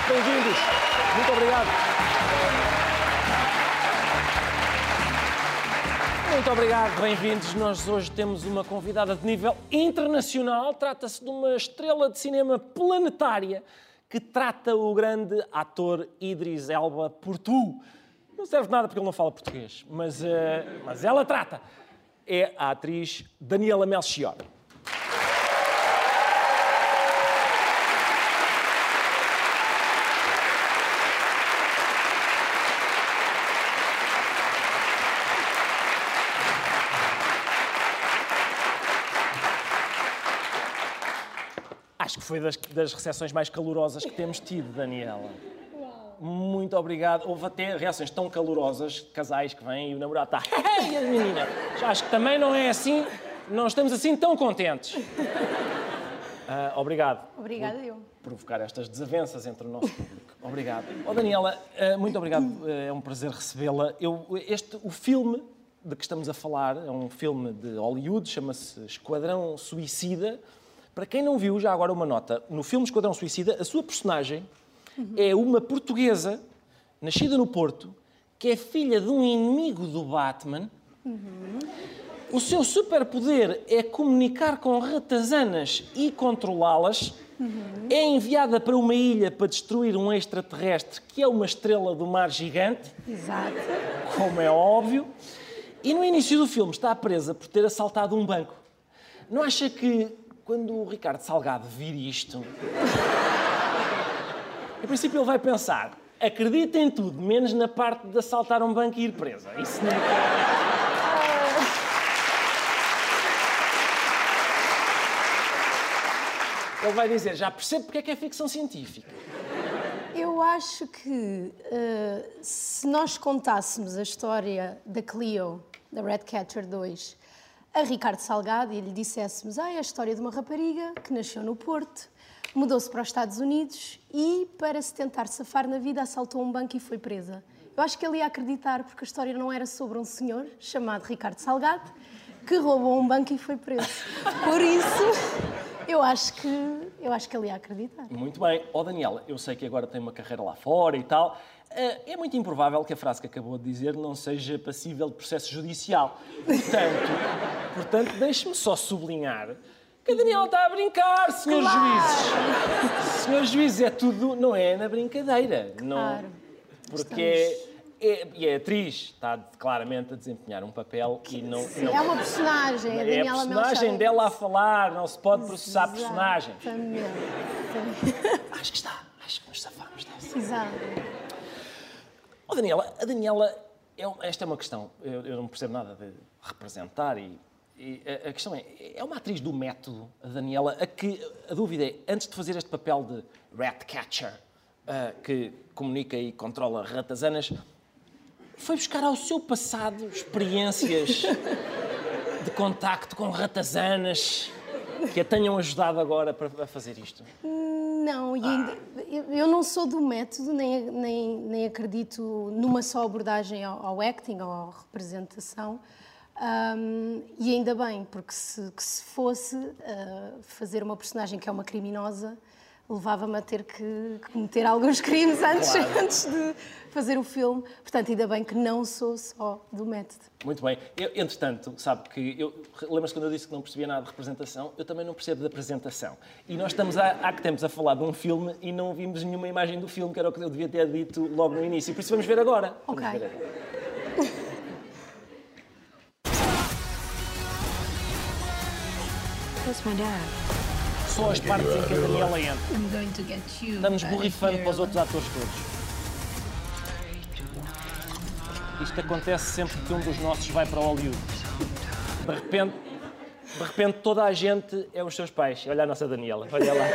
Bem-vindos. Muito obrigado. Muito obrigado, bem-vindos. Nós hoje temos uma convidada de nível internacional. Trata-se de uma estrela de cinema planetária que trata o grande ator Idris Elba por tu. Não serve de nada porque ele não fala português, mas ela trata. É a atriz Daniela Melchior. Acho que foi das recepções mais calorosas que temos tido, Daniela. Uau. Muito obrigado. Houve até reações tão calorosas, casais que vêm e o namorado está... E a menina? Já acho que também não é assim, não estamos assim tão contentes. Obrigado. Obrigada eu. Por provocar estas desavenças entre o nosso público. Obrigado. Daniela, muito obrigado. É um prazer recebê-la. O filme de que estamos a falar é um filme de Hollywood, chama-se Esquadrão Suicida. Para quem não viu, já agora uma nota. No filme Esquadrão Suicida, a sua personagem é uma portuguesa, nascida no Porto, que é filha de um inimigo do Batman. O seu superpoder é comunicar com ratazanas e controlá-las. É enviada para uma ilha para destruir um extraterrestre que é uma estrela do mar gigante. Exato. Como é óbvio. E no início do filme está presa por ter assaltado um banco. Não acha que... Quando o Ricardo Salgado vir isto, em princípio ele vai pensar, acredita em tudo, menos na parte de assaltar um banco e ir presa. Isso não Ele vai dizer, já percebe porque é que é ficção científica. Eu acho que se nós contássemos a história da Cleo, da Ratcatcher 2, a Ricardo Salgado e lhe disséssemos é a história de uma rapariga que nasceu no Porto, mudou-se para os Estados Unidos e, para se tentar safar na vida, assaltou um banco e foi presa. Eu acho que ele ia acreditar, porque a história não era sobre um senhor chamado Ricardo Salgado que roubou um banco e foi preso. Por isso, eu acho que ele ia acreditar. Muito bem. Daniela, eu sei que agora tem uma carreira lá fora e tal. É muito improvável que a frase que acabou de dizer não seja passível de processo judicial. Portanto, deixe-me só sublinhar que a Daniela está a brincar, senhores juízes. Senhores juízes, é tudo, não é na brincadeira. Claro. Não, porque é atriz, está claramente a desempenhar um papel e não... É uma personagem, a Daniela É a personagem dela a falar, não se pode processar personagens. Acho que nos safamos dessa. Exato. Daniela, esta é uma questão, eu não percebo nada de representar e a questão é uma atriz do método, a Daniela, a dúvida é, antes de fazer este papel de Ratcatcher, que comunica e controla ratazanas, foi buscar ao seu passado experiências de contacto com ratazanas que a tenham ajudado agora a fazer isto? Não, eu não sou do método, nem acredito numa só abordagem ao acting ou à representação. E ainda bem, porque se fosse fazer uma personagem que é uma criminosa, levava-me a ter que cometer alguns crimes antes de fazer o filme. Portanto, ainda bem que não sou só do método. Muito bem. Entretanto, sabe que... Lembra-se quando eu disse que não percebia nada de representação? Eu também não percebo da apresentação. E nós estamos há que tempos a falar de um filme e não vimos nenhuma imagem do filme, que era o que eu devia ter dito logo no início. Por isso vamos ver agora. Ok. Vamos ver agora. That's my dad. Só as partes em que a Daniela entra. Estamos borrifando para os outros atores todos. Isto acontece sempre que um dos nossos vai para Hollywood. De repente toda a gente é os seus pais. Olha a nossa Daniela, olha lá.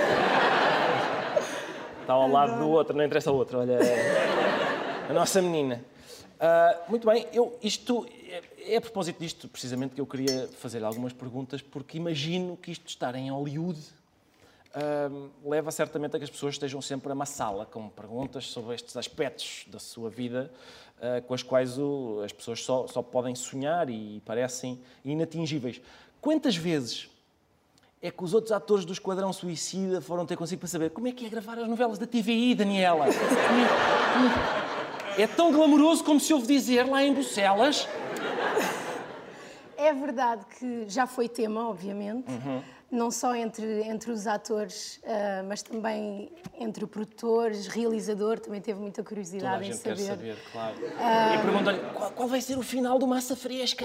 Está ao lado do outro, não interessa o outro. Olha a nossa menina. Muito bem, isto é a propósito disto, precisamente, que eu queria fazer algumas perguntas, porque imagino que isto estar em Hollywood leva certamente a que as pessoas estejam sempre a amassá-la com perguntas sobre estes aspectos da sua vida com as quais as pessoas só podem sonhar e parecem inatingíveis. Quantas vezes é que os outros atores do Esquadrão Suicida foram ter consigo para saber como é que é gravar as novelas da TVI, Daniela. É tão glamouroso como se ouve dizer lá em Bucelas. É verdade que já foi tema, obviamente, não só entre os atores, mas também entre o produtor, realizador, também teve muita curiosidade em saber. Toda a gente quer saber, claro. E perguntam-lhe qual vai ser o final do Massa Fresca.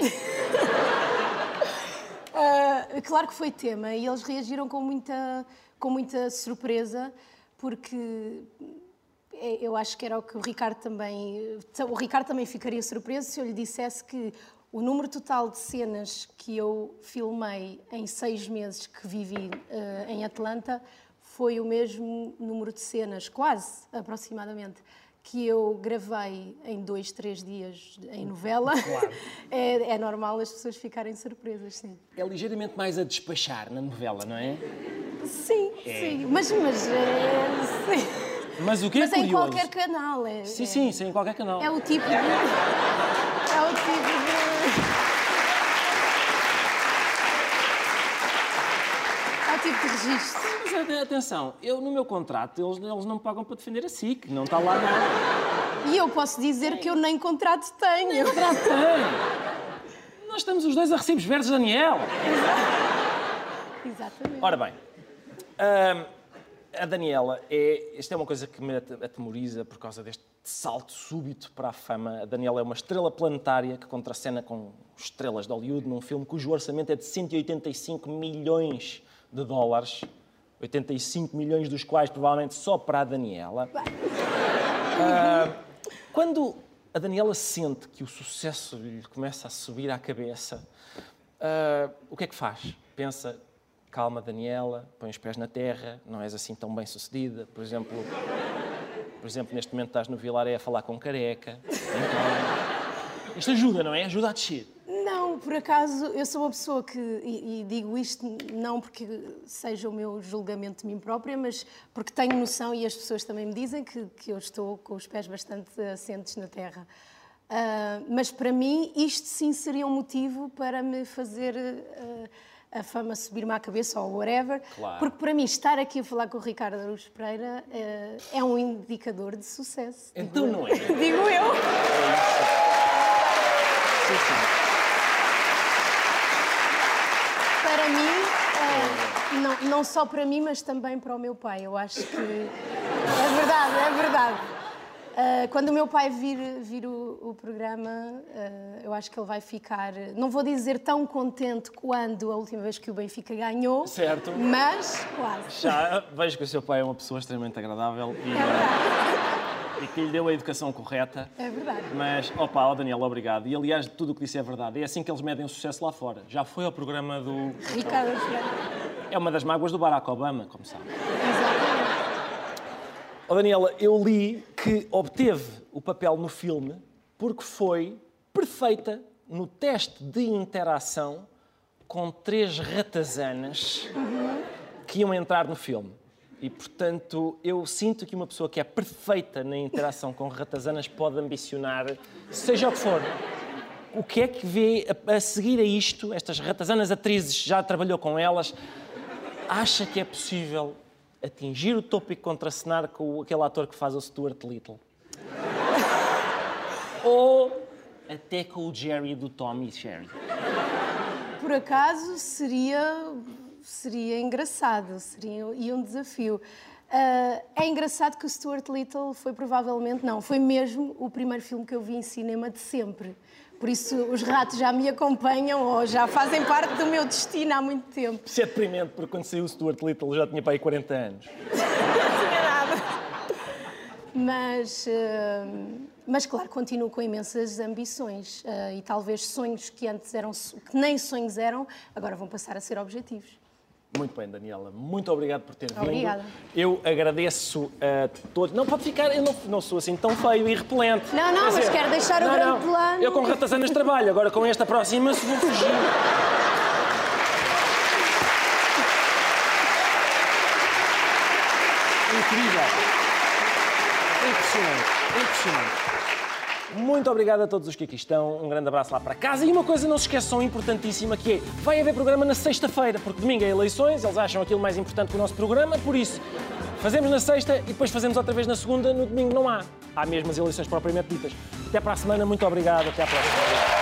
Claro que foi tema e eles reagiram com muita surpresa, porque eu acho que era o que o Ricardo também... O Ricardo também ficaria surpreso se eu lhe dissesse que o número total de cenas que eu filmei em 6 meses que vivi em Atlanta foi o mesmo número de cenas, quase, aproximadamente, que eu gravei em 2, 3 dias em novela. Claro. É normal as pessoas ficarem surpresas, sim. É ligeiramente mais a despachar na novela, não é? Sim, sim. Mas sim. Mas o que é Mas curioso... em qualquer canal. Sim, em qualquer canal. É o tipo de... É o tipo de... É o tipo de registro. Mas atenção, no meu contrato, eles não me pagam para defender a SIC, não está lá nada. E eu posso dizer que eu nem contrato tenho. Nem contrato tem. Nós estamos os dois a recibos verdes, Daniela. Exatamente. Ora bem, a Daniela isto é uma coisa que me atemoriza por causa deste salto súbito para a fama. A Daniela é uma estrela planetária que contracena com estrelas de Hollywood num filme cujo orçamento é de 185 milhões de dólares, 85 milhões dos quais provavelmente só para a Daniela. Quando a Daniela sente que o sucesso lhe começa a subir à cabeça, o que é que faz? Pensa, calma, Daniela, põe os pés na terra, não és assim tão bem-sucedida. Por exemplo, neste momento estás no Vilaré a falar com Careca. Então, isto ajuda, não é? Ajuda a descer. Não, por acaso, eu sou uma pessoa que, e digo isto não porque seja o meu julgamento de mim própria, mas porque tenho noção, e as pessoas também me dizem que eu estou com os pés bastante assentes na terra. Mas para mim, isto sim seria um motivo para me fazer a fama subir-me à cabeça ou whatever. Claro. Porque para mim, estar aqui a falar com o Ricardo Araújo Pereira é um indicador de sucesso. Então não é? Digo eu. Sim. Para mim, não só para mim, mas também para o meu pai. Eu acho que é verdade. Quando o meu pai vir o programa, eu acho que ele vai ficar, não vou dizer tão contente quando a última vez que o Benfica ganhou, Certo. Mas quase. Já vejo que o seu pai é uma pessoa extremamente agradável e que lhe deu a educação correta. É verdade. Mas, Daniel, obrigado. E, aliás, tudo o que disse é verdade. É assim que eles medem o sucesso lá fora. Já foi ao programa do... Ricardo Pereira. É uma das mágoas do Barack Obama, como sabe. Exatamente. Daniela, eu li que obteve o papel no filme porque foi perfeita no teste de interação com 3 ratazanas que iam entrar no filme. E, portanto, eu sinto que uma pessoa que é perfeita na interação com ratazanas pode ambicionar, seja o que for. O que é que vê a seguir a isto? Estas ratazanas atrizes, já trabalhou com elas. Acha que é possível atingir o topo e contracenar com aquele ator que faz o Stuart Little? Ou até com o Jerry do Tom e Jerry? Por acaso seria engraçado, seria um desafio. É engraçado que o Stuart Little foi mesmo o primeiro filme que eu vi em cinema de sempre. Por isso os ratos já me acompanham ou já fazem parte do meu destino há muito tempo. Isso é deprimente, porque quando saiu o Stuart Little já tinha para aí 40 anos. Não tinha nada. Mas claro, continuo com imensas ambições e talvez sonhos que antes que nem sonhos eram, agora vão passar a ser objetivos. Muito bem, Daniela. Muito obrigado por ter vindo. Obrigada. Eu agradeço a todos. Não, pode ficar, eu não sou assim tão feio e repelente. Não, mas quero deixar o grande plano. Eu com ratazanas trabalho, agora com esta aproxima-se vou fugir. Incrível. Impressionante. Muito obrigado a todos os que aqui estão. Um grande abraço lá para casa. E uma coisa não se esqueçam, importantíssima, que é, vai haver programa na sexta-feira, porque domingo é eleições, eles acham aquilo mais importante que o nosso programa, por isso, fazemos na sexta e depois fazemos outra vez na segunda, no domingo não há. Há mesmo as eleições propriamente ditas. Até para a semana, muito obrigado, até à próxima.